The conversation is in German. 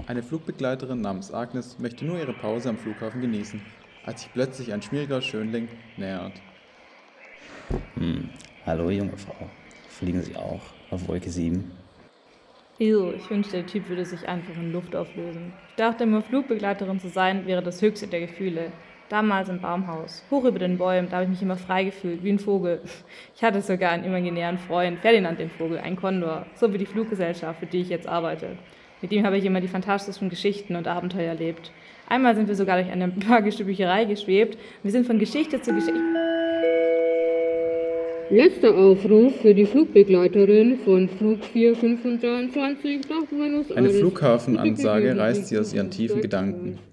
Eine Flugbegleiterin namens Agnes möchte nur ihre Pause am Flughafen genießen, als sich plötzlich ein schmieriger Schönling nähert. Hallo junge Frau, fliegen Sie auch auf Wolke 7? Ich wünschte, der Typ würde sich einfach in Luft auflösen. Ich dachte immer, Flugbegleiterin zu sein, wäre das höchste der Gefühle. Damals im Baumhaus, hoch über den Bäumen, da habe ich mich immer frei gefühlt, wie ein Vogel. Ich hatte sogar einen imaginären Freund, Ferdinand den Vogel, ein Kondor, so wie die Fluggesellschaft, für die ich jetzt arbeite. Mit ihm habe ich immer die fantastischsten Geschichten und Abenteuer erlebt. Einmal sind wir sogar durch eine magische Bücherei geschwebt. Wir sind von Geschichte zu Geschichte. Letzter Aufruf für die Flugbegleiterin von Flug 4523 nach Buenos Aires. Eine Flughafenansage reißt sie aus ihren tiefen Gedanken.